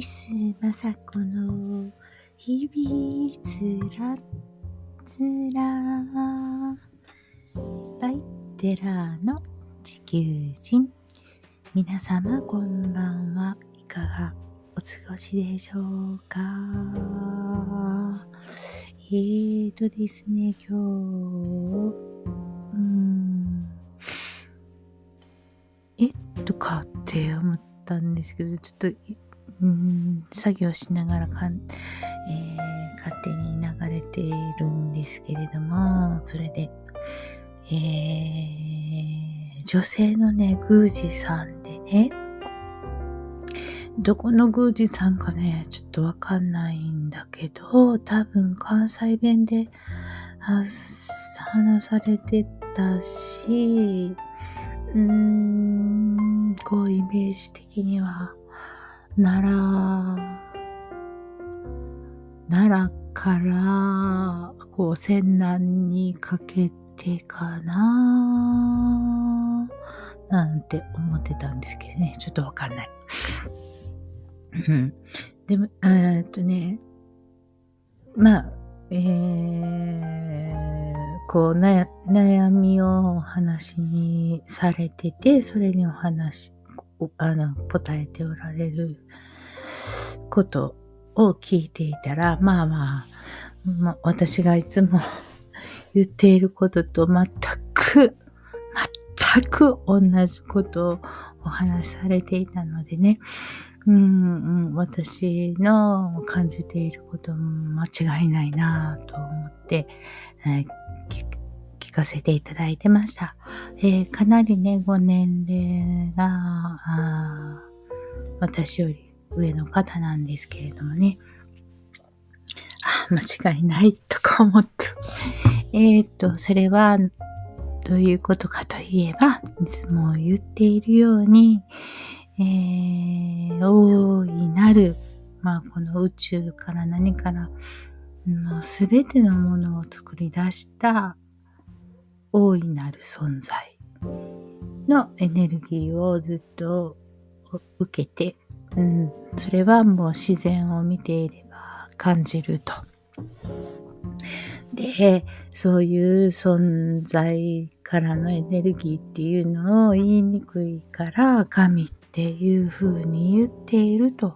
スまさこの日々つらつらバイテラーの地球人、皆様こんばんは。いかがお過ごしでしょうか。ですね、今日かって思ったんですけど、ちょっと作業しながら勝手に流れているんですけれども、それで、女性のね、宮司さんでね、どこの宮司さんかね、ちょっとわかんないんだけど、多分関西弁で話されてたし、こうイメージ的には奈良からこう泉南にかけてかななんて思ってたんですけどね、ちょっとわかんない。でもこう悩みをお話にされてて、それに答えておられることを聞いていたら、私がいつも言っていることと全く同じことをお話しされていたのでね、私の感じていることも間違いないなと思って、聞かせていただいてました。かなりね、ご年齢が私より上の方なんですけれどもね、間違いないとか思って、それはどういうことかといえば、いつも言っているように、大いなる、この宇宙から何からすべてのものを作り出した大いなる存在のエネルギーをずっと受けて、それはもう自然を見ていれば感じると。で、そういう存在からのエネルギーっていうのを言いにくいから神っていう風に言っていると、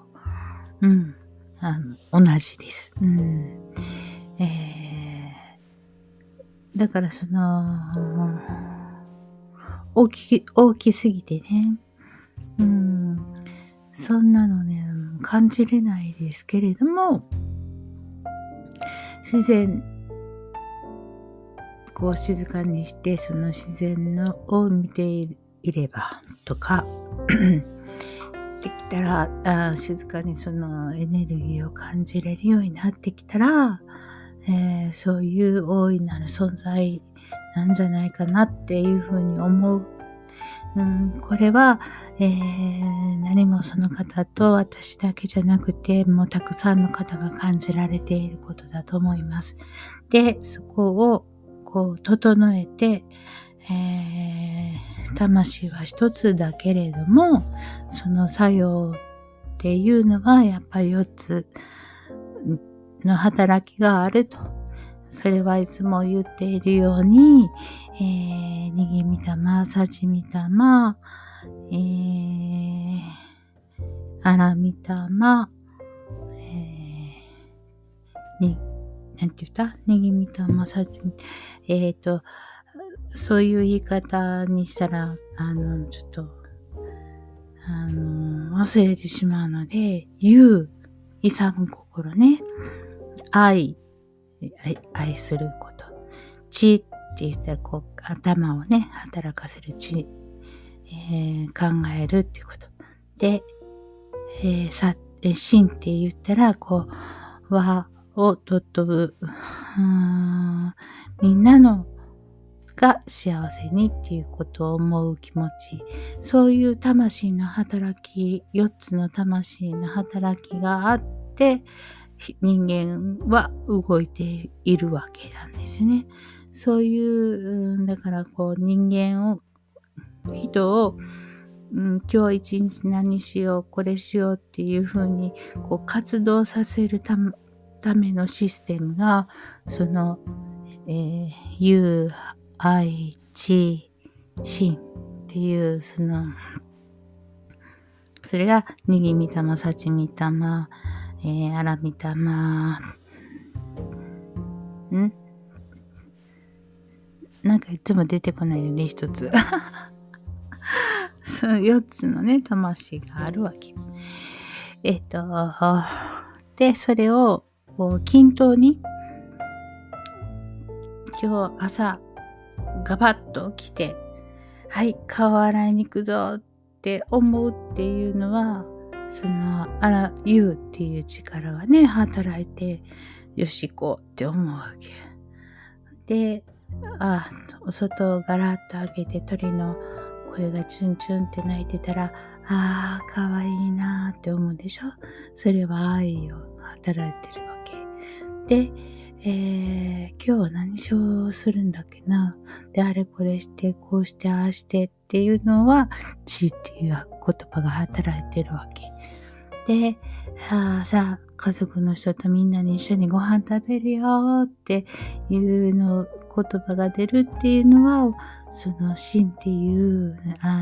同じです。だから大きすぎてね、そんなのね感じれないですけれども、自然こう静かにしてその自然を見ていればとかできたら、静かにそのエネルギーを感じれるようになってきたら、そういう大いなる存在なんじゃないかなっていうふうに思う。これは、何もその方と私だけじゃなくて、もうたくさんの方が感じられていることだと思います。で、そこをこう整えて、魂は一つだけれども、その作用っていうのはやっぱり4つの働きがあると。それはいつも言っているように、にぎみたま、さじみたま、あらみたま、なんて言った？にぎみたま、さじみ、そういう言い方にしたら、ちょっと、忘れてしまうので、勇む心ね。愛すること。知って言ったら、こう、頭をね、働かせる知。考えるっていうこと。で、心って言ったら、こう、和を尊ぶ。みんなが幸せにっていうことを思う気持ち。そういう魂の働き、4つの魂の働きがあって、人間は動いているわけなんですよね。そういう、だからこう人を今日一日何しよう、これしようっていうふうに活動させるためのシステムが、その、有、愛、知、心っていう、それが、にぎみたま、さちみたま、あらみたま、なんかいつも出てこないよね、一つ。その4つのね、魂があるわけ。で、それを、均等に、今日朝、ガバッと起きて、はい、顔洗いに行くぞって思うっていうのは、言うっていう力がね、働いて、よし行こうって思うわけ。で、お外をガラッと開けて鳥の声がチュンチュンって鳴いてたら、かわいいなって思うでしょ。それは愛を働いてるわけ。で、今日は何しようするんだっけな。で、あれこれして、こうして、ああしてっていうのは、知っていう言葉が働いてるわけ。で、さあ、家族の人とみんなに一緒にご飯食べるよっていう言葉が出るっていうのは、その心っていう、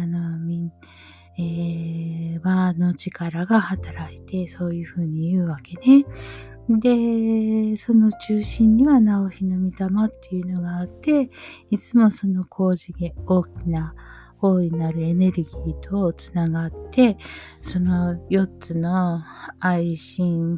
和の力が働いて、そういうふうに言うわけね。で、その中心には直日の御霊っていうのがあって、いつもその大いなるエネルギーとつながって、その4つの愛心、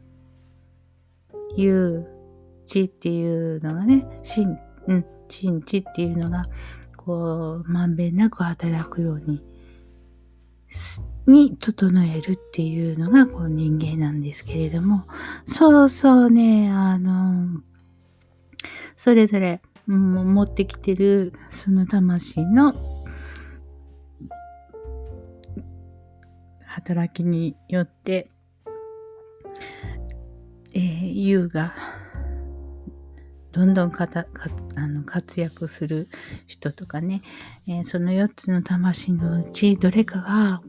有、知っていうのがね、心知っていうのが、まんべんなく働くように整えるっていうのが人間なんですけれども、そうそうね、それぞれ、持ってきてるその魂の働きによって、優がどんどん活躍する人とかね、その4つの魂のうちどれかが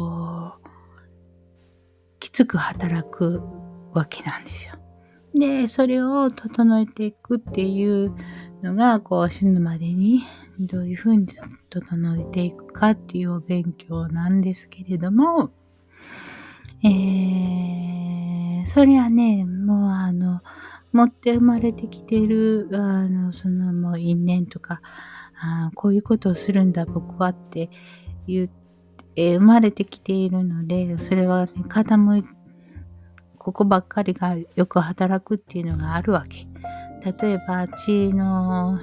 きつく働くわけなんですよ。で、それを整えていくっていうのが死ぬまでにどういうふうに整えていくかっていうお勉強なんですけれども、それはね、もう持って生まれてきている、もう因縁とか、こういうことをするんだ僕はって言って、生まれてきているので、それはね、ここばっかりがよく働くっていうのがあるわけ。例えば、知の、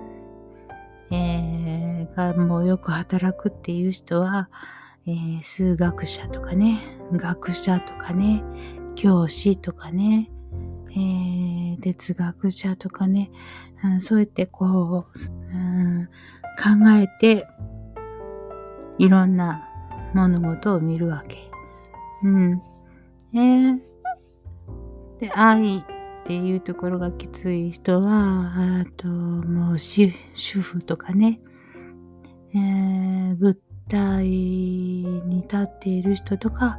がもうよく働くっていう人は、数学者とかね、学者とかね、教師とかね、哲学者とかね、そうやって考えていろんな物事を見るわけ。で、愛っていうところがきつい人は、もう主婦とかね、物体に立っている人とか、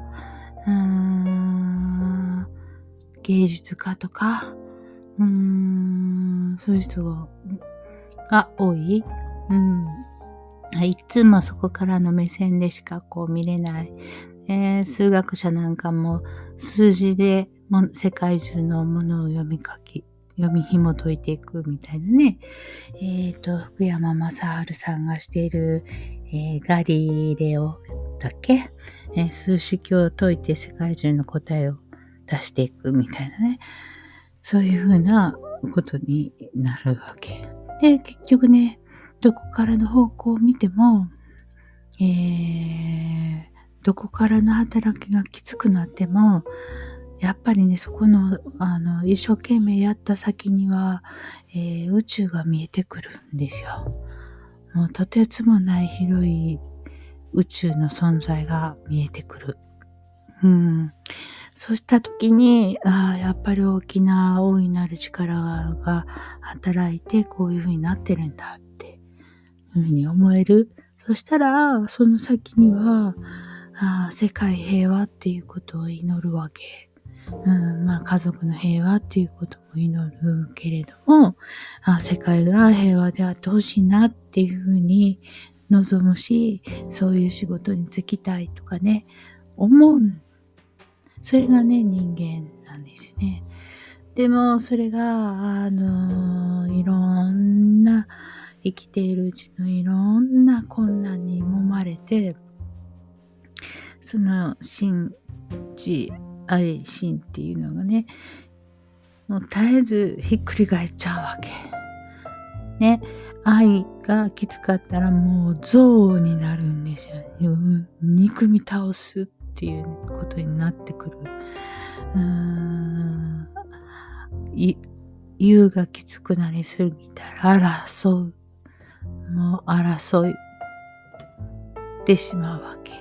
芸術家とか、そういう人が多い。いつもそこからの目線でしか見れない。数学者なんかも数字で世界中のものを読み紐解いていくみたいなね。福山雅治さんがしている、ガリレオだっけ、数式を解いて世界中の答えを出していくみたいなね。そういうふうなことになるわけ。で、結局ね、どこからの方向を見ても、どこからの働きがきつくなっても、やっぱりね、そこの、一生懸命やった先には、宇宙が見えてくるんですよ。もうとてつもない広い宇宙の存在が見えてくる。そうした時に、やっぱり大いなる力が働いてこういう風になってるんだっていう風に思える。 そしたら、その先には、世界平和っていうことを祈るわけ。家族の平和っていうことも祈るけれども、世界が平和であってほしいなっていうふうに望むし、そういう仕事に就きたいとかね、思う。それがね、人間なんですよね。でも、それが、いろんな、生きているうちのいろんな困難に揉まれて、その信じ、愛、信っていうのがね、もう絶えずひっくり返っちゃうわけ。ね。愛がきつかったらもう憎悪になるんですよ。憎み倒すっていうことになってくる。言うがきつくなりすぎたら争う。もう争ってしまうわけ。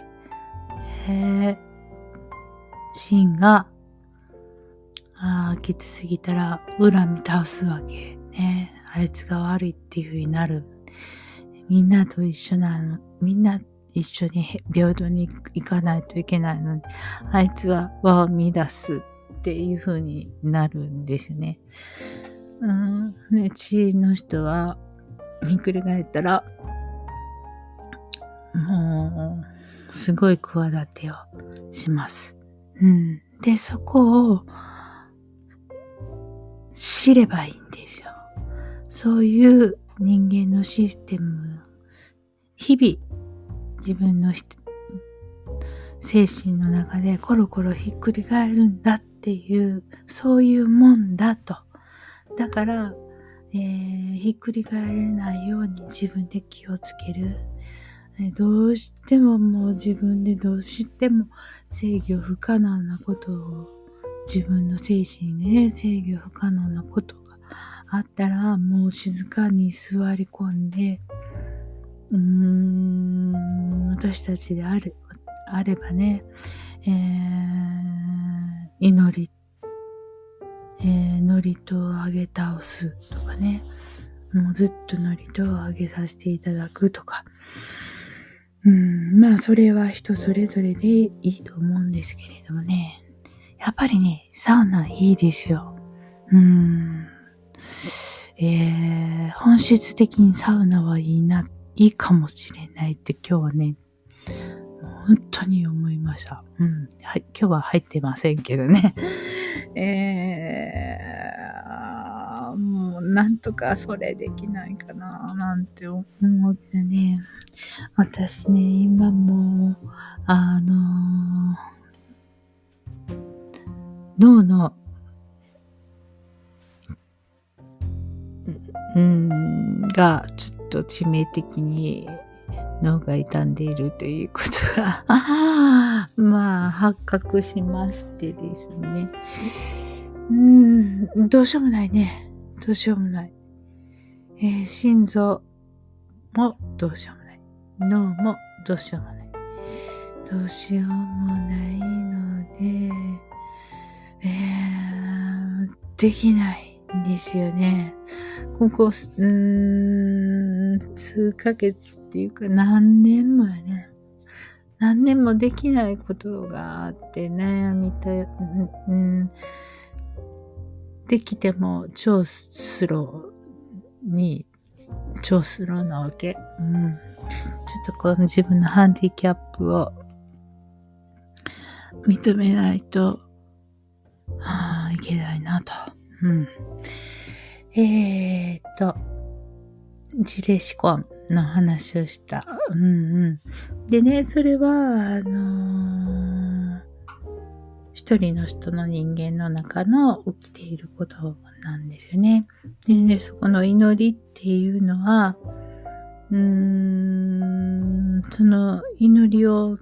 芯がきつすぎたら恨み倒すわけね。あいつが悪いっていう風になる。みんなと一緒なの。みんな一緒に平等に行かないといけないのに、あいつは和を乱すっていう風になるんですね。地の人はひっくり返ったら、もうすごい企てをします。で、そこを知ればいいんですよ。そういう人間のシステム、日々自分の精神の中でコロコロひっくり返るんだっていう、そういうもんだと。だから、ひっくり返らないように自分で気をつける。どうしてももう自分でどうしても制御不可能なことを、自分の精神でね、制御不可能なことがあったら、もう静かに座り込んで、私たちであればね、祈り、祝詞をあげ倒すとかね、もうずっと祝詞をあげさせていただくとか、それは人それぞれでいいと思うんですけれどもね、やっぱりね、サウナいいですよ。本質的にサウナはいいかもしれないって今日はね、本当に思いました。はい、今日は入ってませんけどね。もうなんとかそれできないかななんて思うけどね。私ね、今も脳のがちょっと致命的に脳が傷んでいるということが発覚しましてですね。どうしようもないね。どうしようもない。心臓もどうしようもない。脳もどうしようもない。どうしようもないので、できないんですよね。ここ、数ヶ月っていうか何年もやね。何年もできないことがあってね、できても超スローなわけ。ちょっとこの自分のハンディキャップを認めないと、いけないなと。事例思考の話をした。でね、それは、一人の人の人間の中の起きていることなんですよね。でね、そこの祈りっていうのは、その祈りを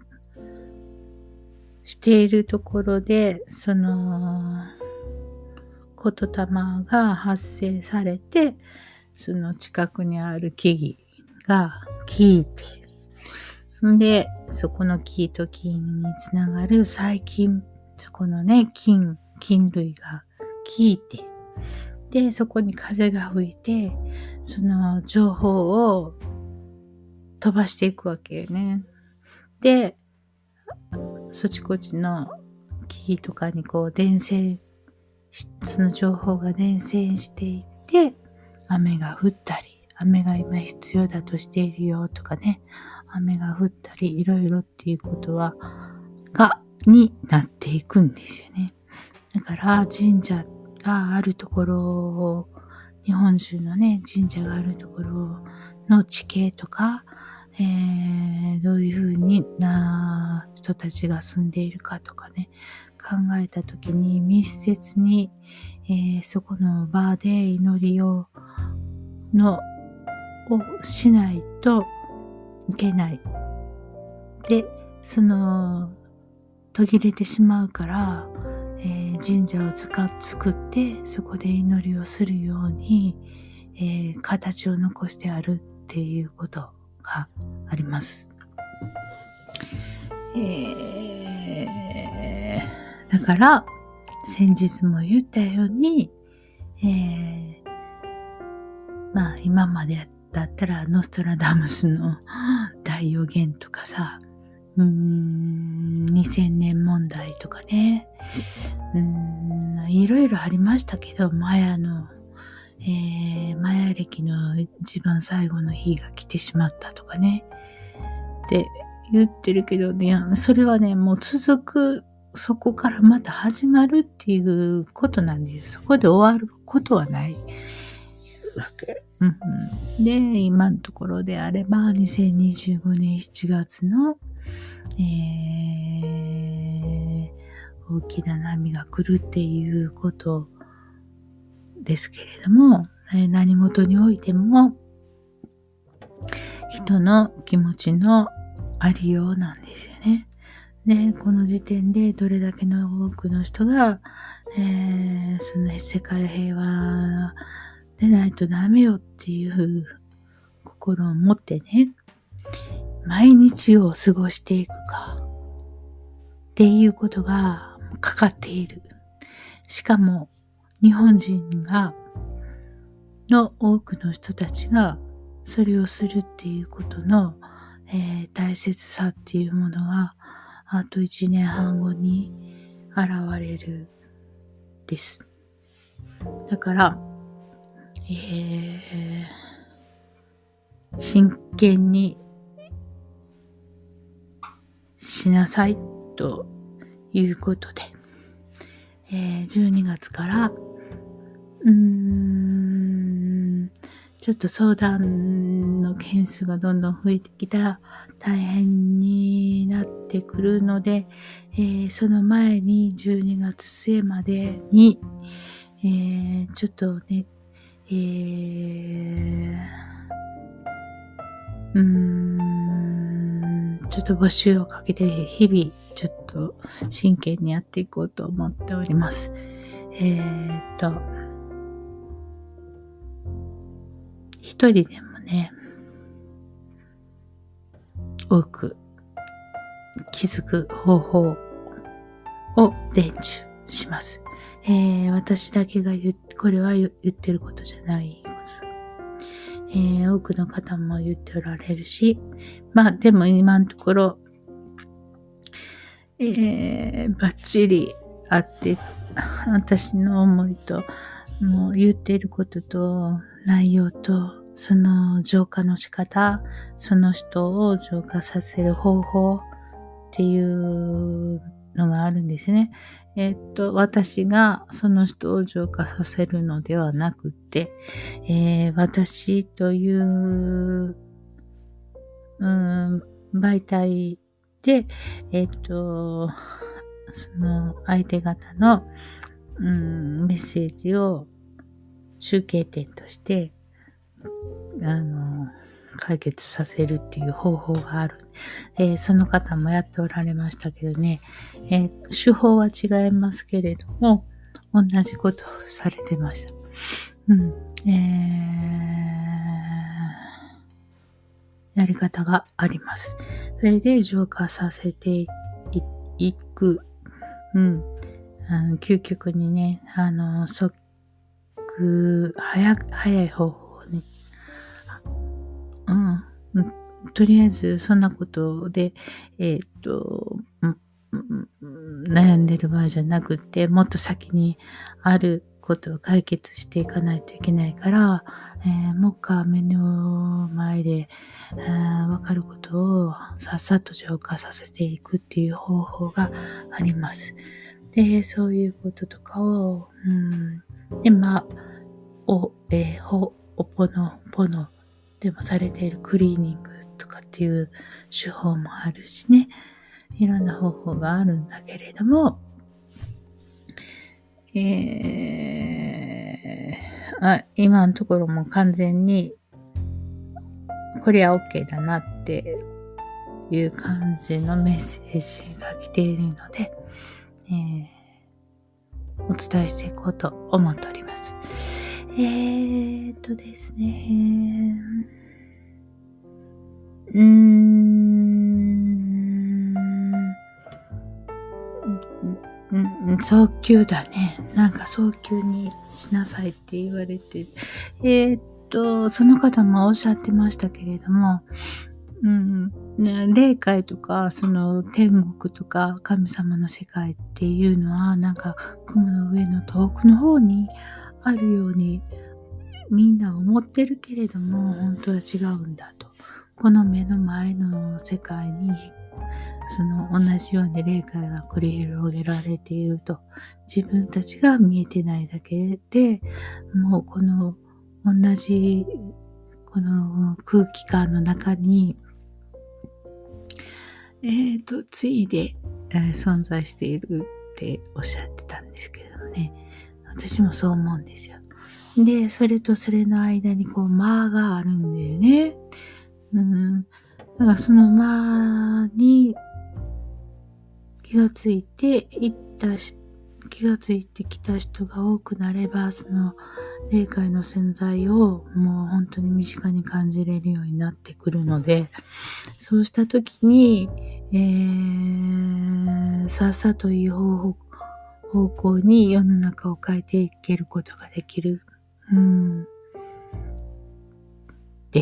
しているところで、その言霊が発生されて、その近くにある木々が聞いて、で、そこの木と木につながる細菌、そこのね、菌類が聞いて、で、そこに風が吹いて、その情報を飛ばしていくわけよね。で、そちこちの木々とかにこう伝染その情報が伝染していって、雨が降ったり、雨が今必要だとしているよとかね、雨が降ったり、いろいろっていうことになっていくんですよね。だから神社があるところ、日本中のね、神社があるところの地形とか、どういうふうにな人たちが住んでいるかとかね、考えたときに密接に、そこの場で祈りをしないといけない。で、途切れてしまうから、神社を作ってそこで祈りをするように、形を残してあるっていうことがあります。だから先日も言ったように、今までだったらノストラダムスの大予言とかさ、2000年問題とかね、いろいろありましたけど、マヤ暦の一番最後の日が来てしまったとかねって言ってるけどね、それはね、もう続く、そこからまた始まるっていうことなんです。そこで終わることはないわけ。で、今のところであれば、2025年7月の、大きな波が来るっていうことですけれども、何事においても人の気持ちのありようなんですよね。で、この時点でどれだけの多くの人が、その世界平和でないとダメよっていう心を持ってね、毎日を過ごしていくかっていうことがかかっている。しかも日本人の多くの人たちがそれをするっていうことの、大切さっていうものがあと1年半後に現れるです。だから、真剣にしなさいということで、12月からちょっと相談の件数がどんどん増えてきたら大変になってくるので、その前に12月末までに、ちょっとね、ちょっと募集をかけて日々ちょっと真剣にやっていこうと思っております。一人でもね、多く気づく方法を伝授します。私だけがこれは言ってることじゃないこと。多くの方も言っておられるし、でも今のところ、バッチリあって、私の思いと、もう言っていることと内容と、その浄化の仕方、その人を浄化させる方法っていうのがあるんですね。私がその人を浄化させるのではなくて、私という媒体で、その相手方の、メッセージを集計点として解決させるっていう方法がある。その方もやっておられましたけどね、手法は違いますけれども、同じことをされてました。やり方があります。それで浄化させていく。究極にね、早い方法をね、 とりあえずそんなことで、えーっと、悩んでる場合じゃなくて、もっと先にあることを解決していかないといけないから、もう一回目の前で、わかることをさっさと浄化させていくっていう方法があります。で、そういうこととかを、で、おぽのぽのでもされているクリーニングとかっていう手法もあるしね、いろんな方法があるんだけれども、今のところも完全にこれは OK だなっていう感じのメッセージが来ているので、お伝えしていこうと思っております。ですね。早急だね。なんか早急にしなさいって言われて。その方もおっしゃってましたけれども、霊界とか、その天国とか神様の世界っていうのは、なんか雲の上の遠くの方にあるようにみんな思ってるけれども、本当は違うんだと。この目の前の世界に、その同じように霊界が繰り広げられていると。自分たちが見えてないだけで、もうこの同じこの空気感の中に、ついで、存在しているっておっしゃってたんですけれどもね。私もそう思うんですよ。で、それとそれの間にこう間があるんだよね。だからその間に気がついてきた人が多くなれば、その霊界の存在をもう本当に身近に感じれるようになってくるので、そうしたときに、さっさといい方向に世の中を変えていけることができる、です。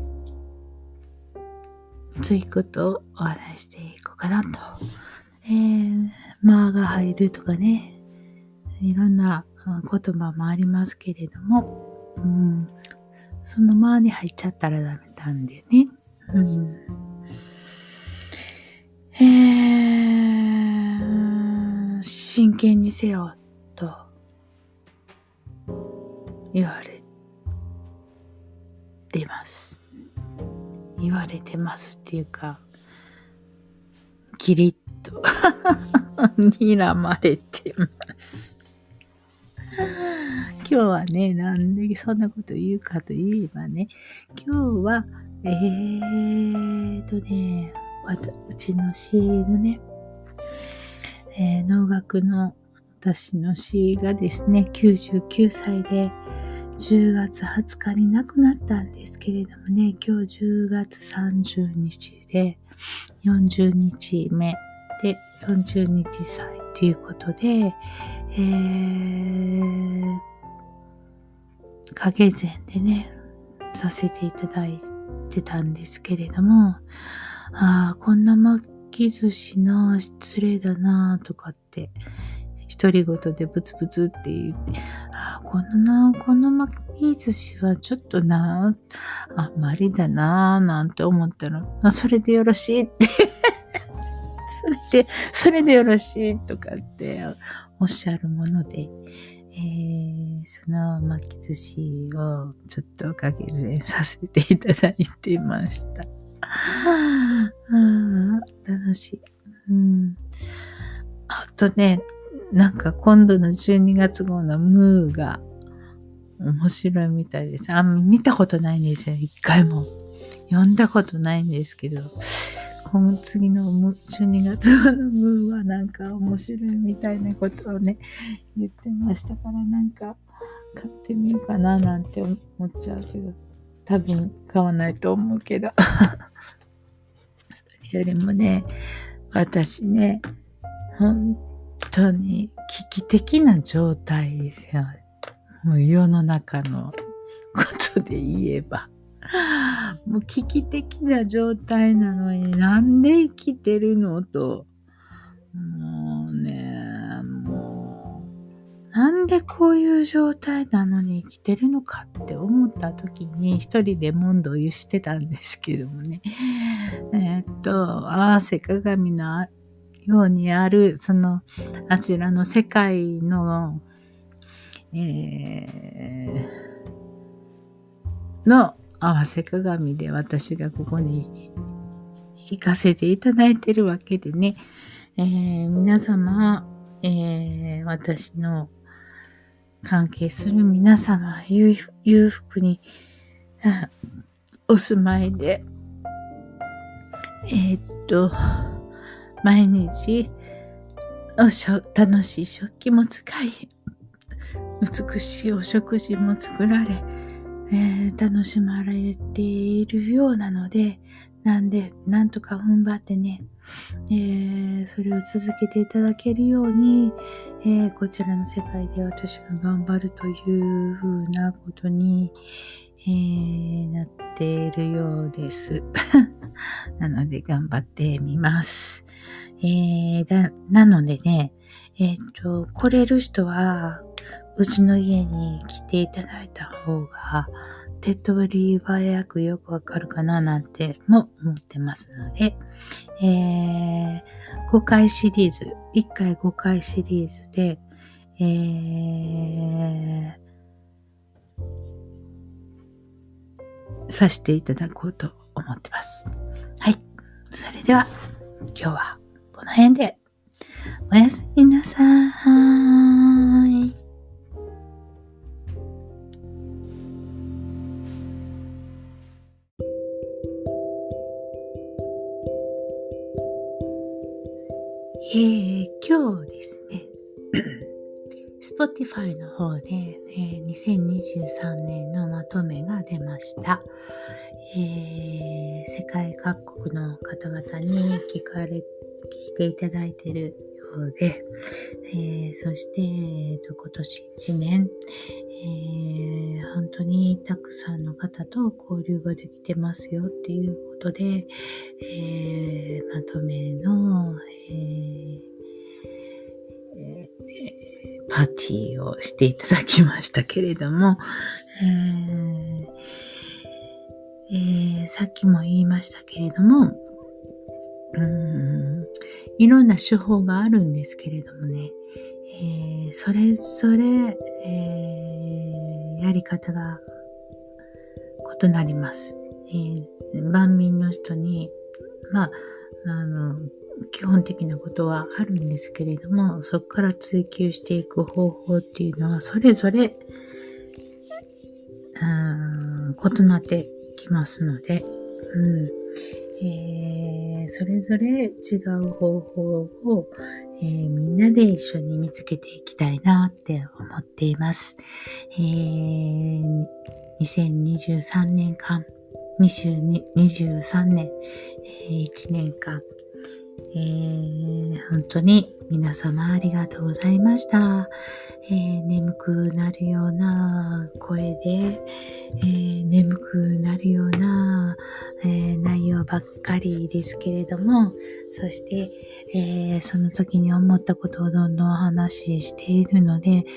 そういうことをお話していこうかなと。間が入るとかね、いろんな言葉もありますけれども、その間に入っちゃったらダメなんだよね。真剣にせよと言われてます。言われてますっていうか、キリッと睨まれてます。今日はね、なんでそんなこと言うかといえばね、今日は、うちの詩のね、能楽の私の詩がですね、99歳で10月20日に亡くなったんですけれどもね、今日10月30日で40日目で40日祭ということで、影膳でね、させていただいてたんですけれども、こんな巻き寿司な、失礼だなとかって、独り言でブツブツって言って、この巻き寿司はちょっとな、あんまりだななんて思ったら、それでよろしいってそれでよろしいとかっておっしゃるもので、その巻き寿司をちょっと影膳させていただいてました。楽しい。あとね、なんか今度の12月号のムーが面白いみたいです。見たことないんですよ。一回も。読んだことないんですけど、この次の12月号のムーはなんか面白いみたいなことをね、言ってましたから、なんか買ってみようかななんて思っちゃうけど、多分買わないと思うけど。それよりもね、私ね、本当に危機的な状態ですよ。もう世の中のことで言えば。 もう危機的な状態なのになんで生きてるのと、もうね、なんでこういう状態なのに生きてるのかって思った時に一人で問答をしてたんですけどもね。合わせ鏡のようにある、あちらの世界の、の合わせ鏡で私がここに行かせていただいてるわけでね、皆様、私の関係する皆様、裕福にお住まいで、毎日楽しい食器も使い、美しいお食事も作られ、楽しまれているようなので、なんとか踏ん張ってね、それを続けていただけるように、こちらの世界で私が頑張るというふうなことに、なっているようです。なので頑張ってみます。なのでね、来れる人は、うちの家に来ていただいた方が、手っ取り早くよくわかるかななんても思ってますので、5回シリーズ、1回5回シリーズで、させていただこうと思ってます。はい。それでは、今日はこの辺で、おやすみなさーい。今日ですね、Spotify の方で、2023年のまとめが出ました。世界各国の方々に聞いていただいているようで、そして、今年1年、本当にたくさんの方と交流ができてますよっていうことで、まとめの、パーティーをしていただきましたけれども、さっきも言いましたけれども、いろんな手法があるんですけれどもね、それぞれ、やり方が異なります。万民の人に、基本的なことはあるんですけれども、そこから追求していく方法っていうのはそれぞれ異なってきますので、それぞれ違う方法を、みんなで一緒に見つけていきたいなって思っています。2023年間、23年、1年間、本当に皆様ありがとうございました。眠くなるような声で、眠くなるような、内容ばっかりですけれども、そして、その時に思ったことをどんどん話しているので、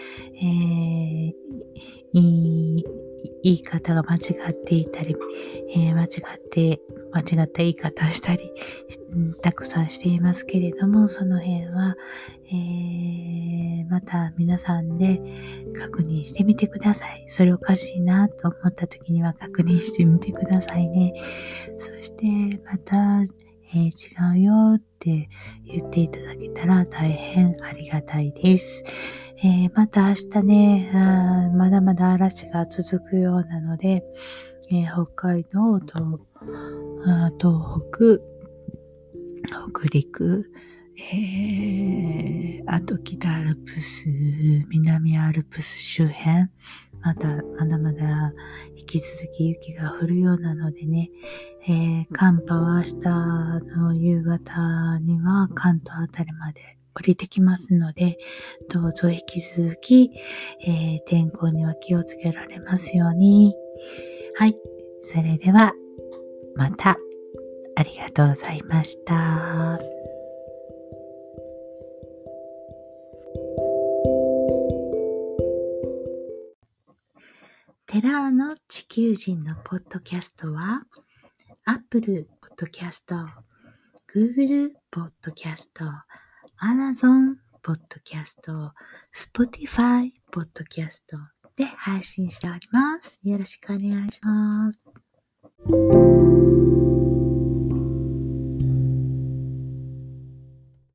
言い方が間違っていたり、間違った言い方したり、たくさんしていますけれども、その辺は、また皆さんで確認してみてください。それおかしいなと思った時には確認してみてくださいね。そしてまた、違うよって言っていただけたら大変ありがたいです。また明日ね、まだまだ嵐が続くようなので、北海道と東北、北陸、あと北アルプス、南アルプス周辺、まだまだ引き続き雪が降るようなのでね、寒波は明日の夕方には関東あたりまで降りてきますので、どうぞ引き続き、天候には気をつけられますように。はい。それでは、 またありがとうございました。テラーの地球人のポッドキャストは、Apple Podcast、Google Podcast、Amazon Podcast、Spotify Podcast で配信しております。よろしくお願いします。